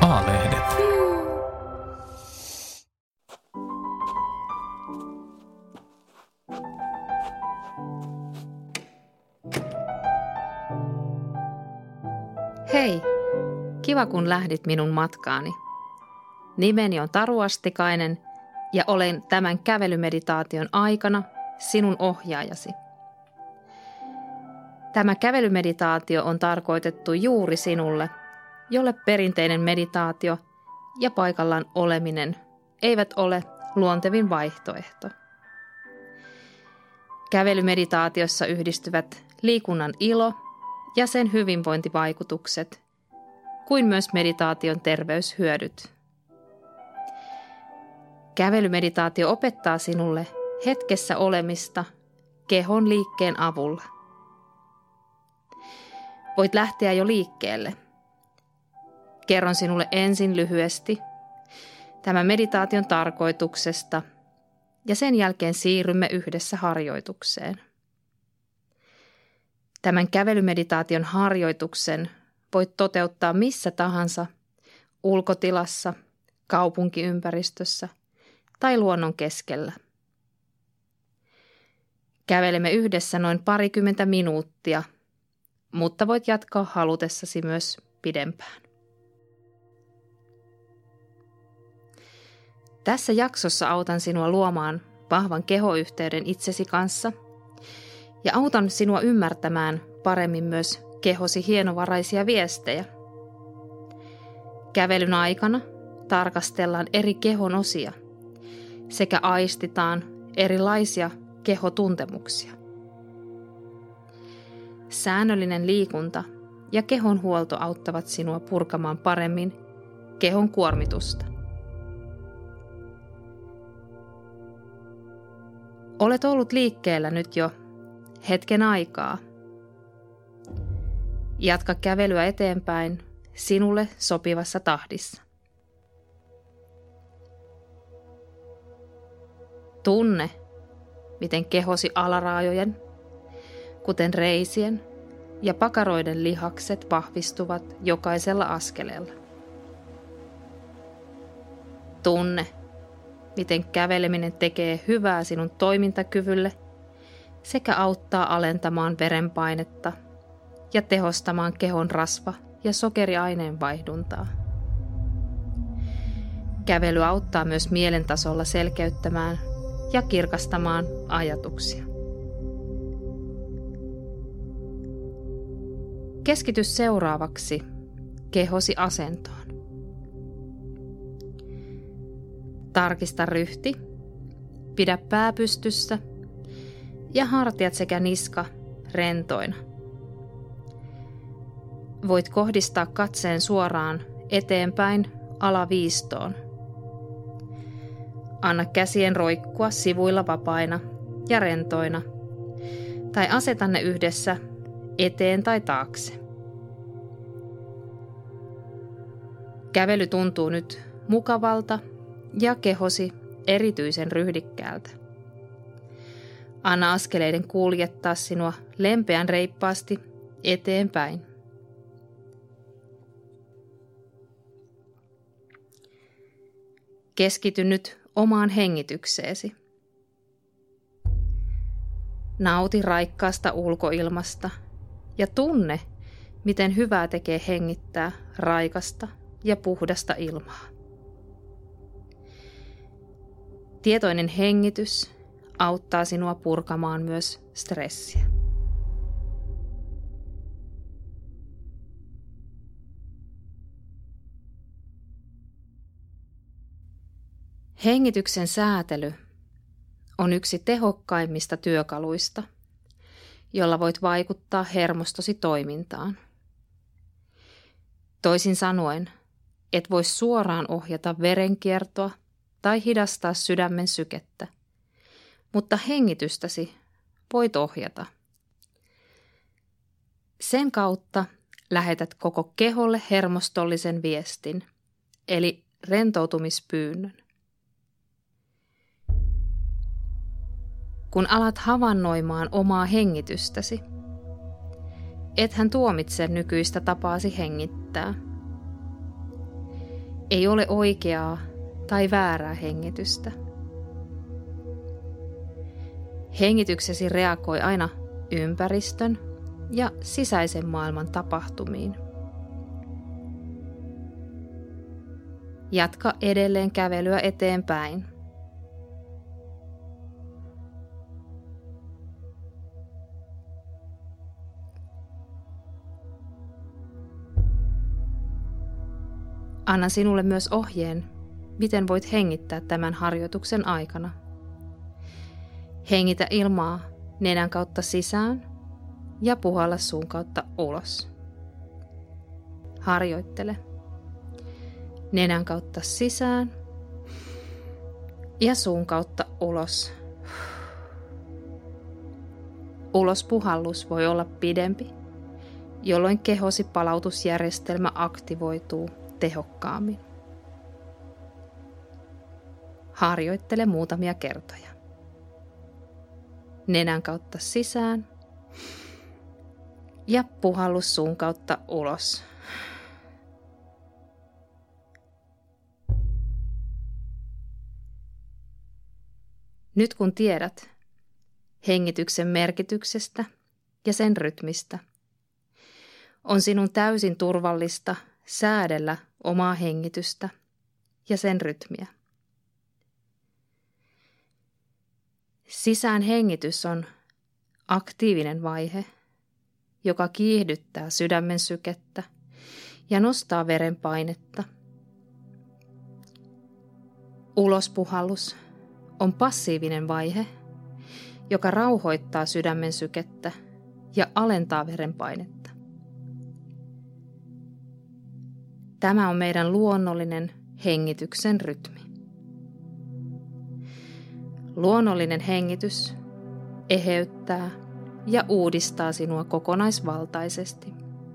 Maalehdet. Hei, kiva kun lähdit minun matkaani. Nimeni on Taru Astikainen ja olen tämän kävelymeditaation aikana sinun ohjaajasi. Tämä kävelymeditaatio on tarkoitettu juuri sinulle, jolle perinteinen meditaatio ja paikallaan oleminen eivät ole luontevin vaihtoehto. Kävelymeditaatiossa yhdistyvät liikunnan ilo ja sen hyvinvointivaikutukset, kuin myös meditaation terveyshyödyt. Kävelymeditaatio opettaa sinulle hetkessä olemista kehon liikkeen avulla. Voit lähteä jo liikkeelle. Kerron sinulle ensin lyhyesti tämän meditaation tarkoituksesta ja sen jälkeen siirrymme yhdessä harjoitukseen. Tämän kävelymeditaation harjoituksen voit toteuttaa missä tahansa ulkotilassa, kaupunkiympäristössä tai luonnon keskellä. Kävelemme yhdessä noin 20 minuuttia, mutta voit jatkaa halutessasi myös pidempään. Tässä jaksossa autan sinua luomaan vahvan kehoyhteyden itsesi kanssa ja autan sinua ymmärtämään paremmin myös kehosi hienovaraisia viestejä. Kävelyn aikana tarkastellaan eri kehon osia sekä aistitaan erilaisia kehotuntemuksia. Säännöllinen liikunta ja kehonhuolto auttavat sinua purkamaan paremmin kehon kuormitusta. Olet ollut liikkeellä nyt jo hetken aikaa. Jatka kävelyä eteenpäin sinulle sopivassa tahdissa. Tunne, miten kehosi alaraajojen, kuten reisien ja pakaroiden lihakset vahvistuvat jokaisella askeleella. Tunne, miten käveleminen tekee hyvää sinun toimintakyvylle sekä auttaa alentamaan verenpainetta ja tehostamaan kehon rasva- ja sokeriaineenvaihduntaa. Kävely auttaa myös mielen tasolla selkeyttämään ja kirkastamaan ajatuksia. Keskity seuraavaksi kehosi asentoon. Tarkista ryhti, pidä pää pystyssä ja hartiat sekä niska rentoina. Voit kohdistaa katseen suoraan eteenpäin alaviistoon. Anna käsien roikkua sivuilla vapaina ja rentoina, tai aseta ne yhdessä eteen tai taakse. Kävely tuntuu nyt mukavalta ja kehosi erityisen ryhdikkäältä. Anna askeleiden kuljettaa sinua lempeän reippaasti eteenpäin. Keskity nyt omaan hengitykseesi. Nauti raikkaasta ulkoilmasta ja tunne, miten hyvää tekee hengittää raikasta ja puhdasta ilmaa. Tietoinen hengitys auttaa sinua purkamaan myös stressiä. Hengityksen säätely on yksi tehokkaimmista työkaluista, jolla voit vaikuttaa hermostosi toimintaan. Toisin sanoen, et voi suoraan ohjata verenkiertoa tai hidastaa sydämen sykettä, mutta hengitystäsi voit ohjata. Sen kautta lähetät koko keholle hermostollisen viestin, eli rentoutumispyynnön. Kun alat havainnoimaan omaa hengitystäsi, ethän tuomitse nykyistä tapaasi hengittää. Ei ole oikeaa tai väärää hengitystä. Hengityksesi reagoi aina ympäristön ja sisäisen maailman tapahtumiin. Jatka edelleen kävelyä eteenpäin. Anna sinulle myös ohjeen, miten voit hengittää tämän harjoituksen aikana. Hengitä ilmaa nenän kautta sisään ja puhalla suun kautta ulos. Harjoittele. Nenän kautta sisään ja suun kautta ulos. Ulospuhallus voi olla pidempi, jolloin kehosi palautusjärjestelmä aktivoituu tehokkaammin. Harjoittele muutamia kertoja. Nenän kautta sisään ja puhallus suun kautta ulos. Nyt kun tiedät hengityksen merkityksestä ja sen rytmistä, on sinun täysin turvallista säädellä omaa hengitystä ja sen rytmiä. Sisään hengitys on aktiivinen vaihe, joka kiihdyttää sydämen sykettä ja nostaa verenpainetta. Ulospuhallus on passiivinen vaihe, joka rauhoittaa sydämen sykettä ja alentaa verenpainetta. Tämä on meidän luonnollinen hengityksen rytmi. Luonnollinen hengitys eheyttää ja uudistaa sinua kokonaisvaltaisesti.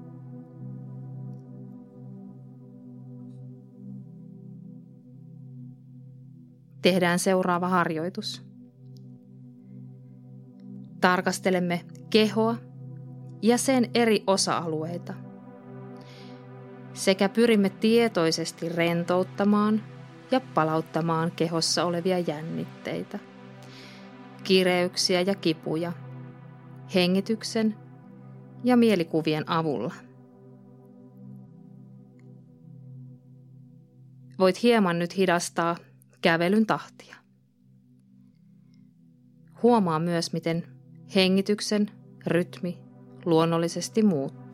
Tehdään seuraava harjoitus. Tarkastelemme kehoa ja sen eri osa-alueita sekä pyrimme tietoisesti rentouttamaan ja palauttamaan kehossa olevia jännitteitä, kireyksiä ja kipuja hengityksen ja mielikuvien avulla. Voit hieman nyt hidastaa kävelyn tahtia. Huomaa myös, miten hengityksen rytmi luonnollisesti muuttuu.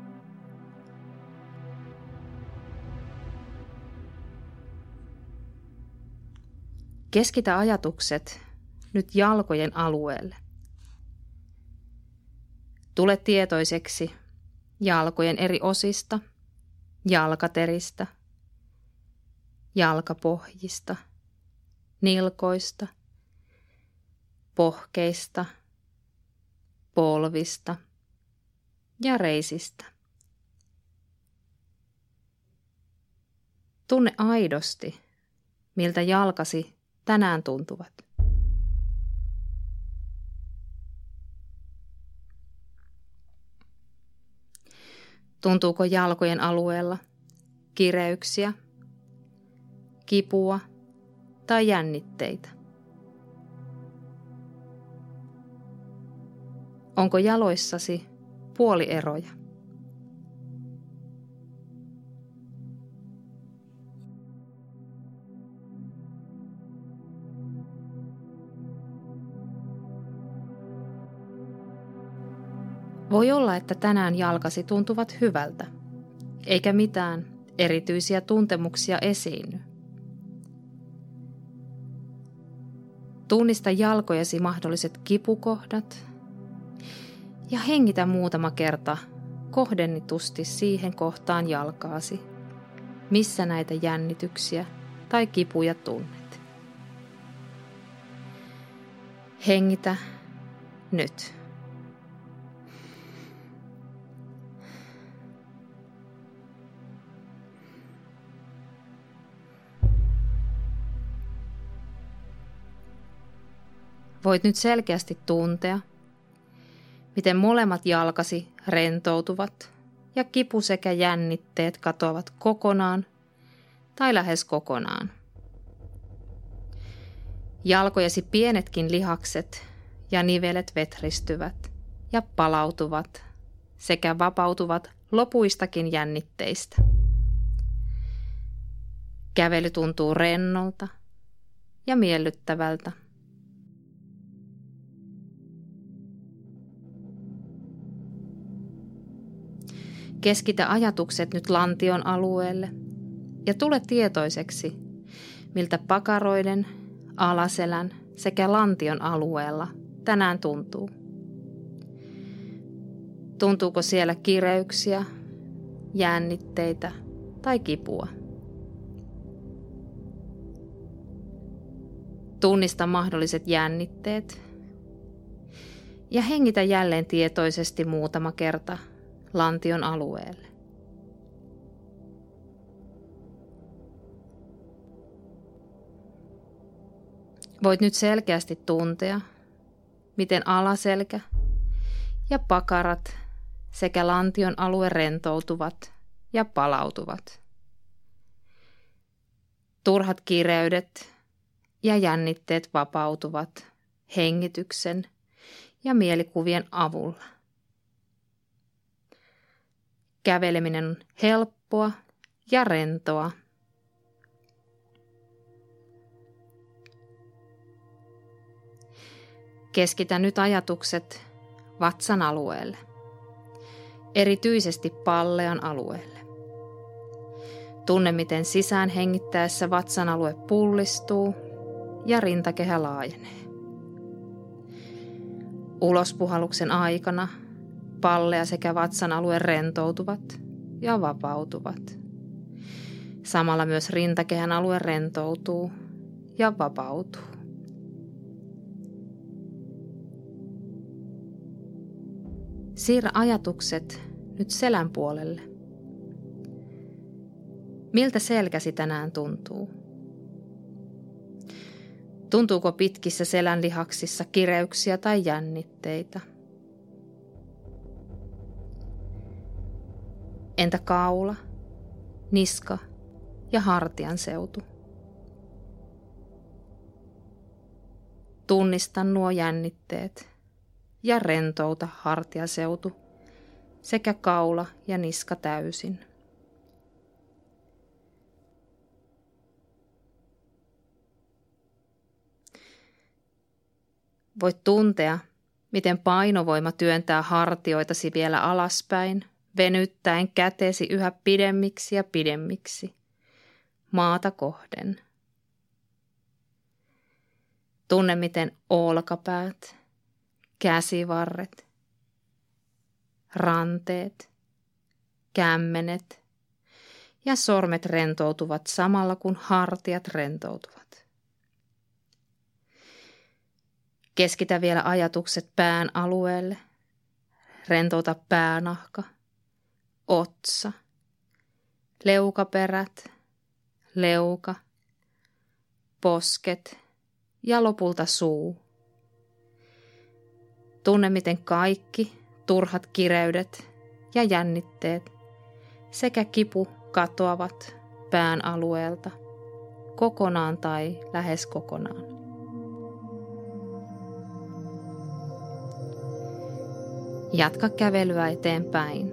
Keskitä ajatukset nyt jalkojen alueelle. Tule tietoiseksi jalkojen eri osista, jalkateristä, jalkapohjista, nilkoista, pohkeista, polvista ja reisistä. Tunne aidosti, miltä jalkasi tänään tuntuvat. Tuntuuko jalkojen alueella kireyksiä, kipua tai jännitteitä? Onko jaloissasi puolieroja? Voi olla, että tänään jalkasi tuntuvat hyvältä, eikä mitään erityisiä tuntemuksia esiinny. Tunnista jalkojesi mahdolliset kipukohdat ja hengitä muutama kerta kohdennitusti siihen kohtaan jalkaasi, missä näitä jännityksiä tai kipuja tunnet. Hengitä nyt. Voit nyt selkeästi tuntea, miten molemmat jalkasi rentoutuvat ja kipu sekä jännitteet katoavat kokonaan tai lähes kokonaan. Jalkojesi pienetkin lihakset ja nivelet vetristyvät ja palautuvat sekä vapautuvat lopuistakin jännitteistä. Kävely tuntuu rennolta ja miellyttävältä. Keskitä ajatukset nyt lantion alueelle ja tule tietoiseksi, miltä pakaroiden, alaselän sekä lantion alueella tänään tuntuu. Tuntuuko siellä kireyksiä, jännitteitä tai kipua? Tunnista mahdolliset jännitteet ja hengitä jälleen tietoisesti muutama kerta lantion alueelle. Voit nyt selkeästi tuntea, miten alaselkä ja pakarat sekä lantion alue rentoutuvat ja palautuvat. Turhat kireydet ja jännitteet vapautuvat hengityksen ja mielikuvien avulla. Käveleminen on helppoa ja rentoa. Keskitä nyt ajatukset vatsan alueelle, erityisesti pallean alueelle. Tunne, miten sisään hengittäessä vatsan alue pullistuu ja rintakehä laajenee. Ulospuhalluksen aikana pallea sekä vatsan alue rentoutuvat ja vapautuvat. Samalla myös rintakehän alue rentoutuu ja vapautuu. Siirrä ajatukset nyt selän puolelle. Miltä selkäsi tänään tuntuu? Tuntuuko pitkissä selän lihaksissa kireyksiä tai jännitteitä? Entä kaula, niska ja hartian seutu? Tunnista nuo jännitteet ja rentouta hartiaseutu sekä kaula ja niska täysin. Voit tuntea, miten painovoima työntää hartioitasi vielä alaspäin, venyttäen kätesi yhä pidemmiksi ja pidemmiksi, maata kohden. Tunne, miten olkapäät, käsivarret, ranteet, kämmenet ja sormet rentoutuvat samalla kun hartiat rentoutuvat. Keskitä vielä ajatukset pään alueelle. Rentouta päänahka, otsa, leukaperät, leuka, posket ja lopulta suu. Tunne, miten kaikki turhat kireydet ja jännitteet sekä kipu katoavat pään alueelta kokonaan tai lähes kokonaan. Jatka kävelyä eteenpäin.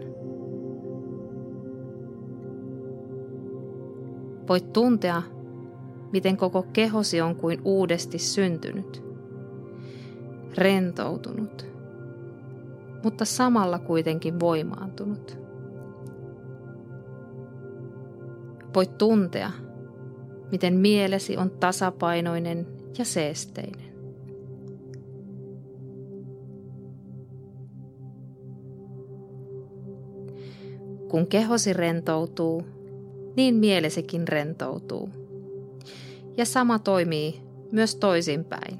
Voit tuntea, miten koko kehosi on kuin uudesti syntynyt, rentoutunut, mutta samalla kuitenkin voimaantunut. Voit tuntea, miten mielesi on tasapainoinen ja seesteinen. Kun kehosi rentoutuu, niin mielesikin rentoutuu. Ja sama toimii myös toisinpäin.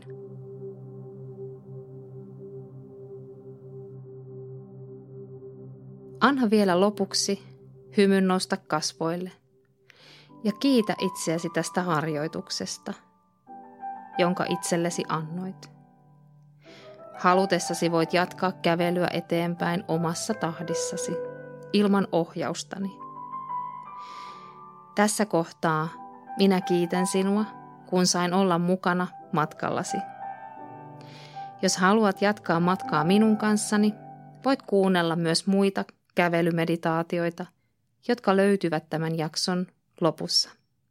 Anna vielä lopuksi hymyn nousta kasvoille ja kiitä itseäsi tästä harjoituksesta, jonka itsellesi annoit. Halutessasi voit jatkaa kävelyä eteenpäin omassa tahdissasi, ilman ohjaustani. Tässä kohtaa minä kiitän sinua, kun sain olla mukana matkallasi. Jos haluat jatkaa matkaa minun kanssani, voit kuunnella myös muita kävelymeditaatioita, jotka löytyvät tämän jakson lopussa.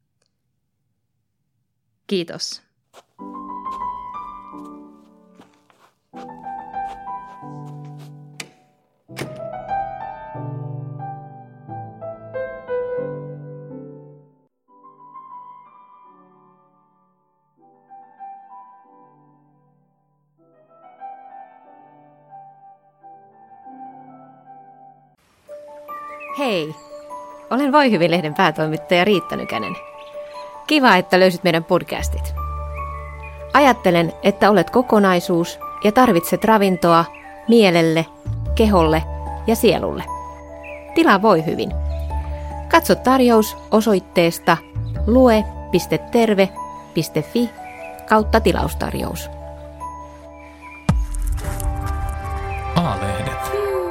Kiitos. Hei, olen Voi hyvin-lehden päätoimittaja Riitta Nykänen. Kiva, että löysit meidän podcastit. Ajattelen, että olet kokonaisuus ja tarvitset ravintoa mielelle, keholle ja sielulle. Tilaa Voi hyvin. Katso tarjous osoitteesta lue.terve.fi/tilaustarjous. A-lehdet.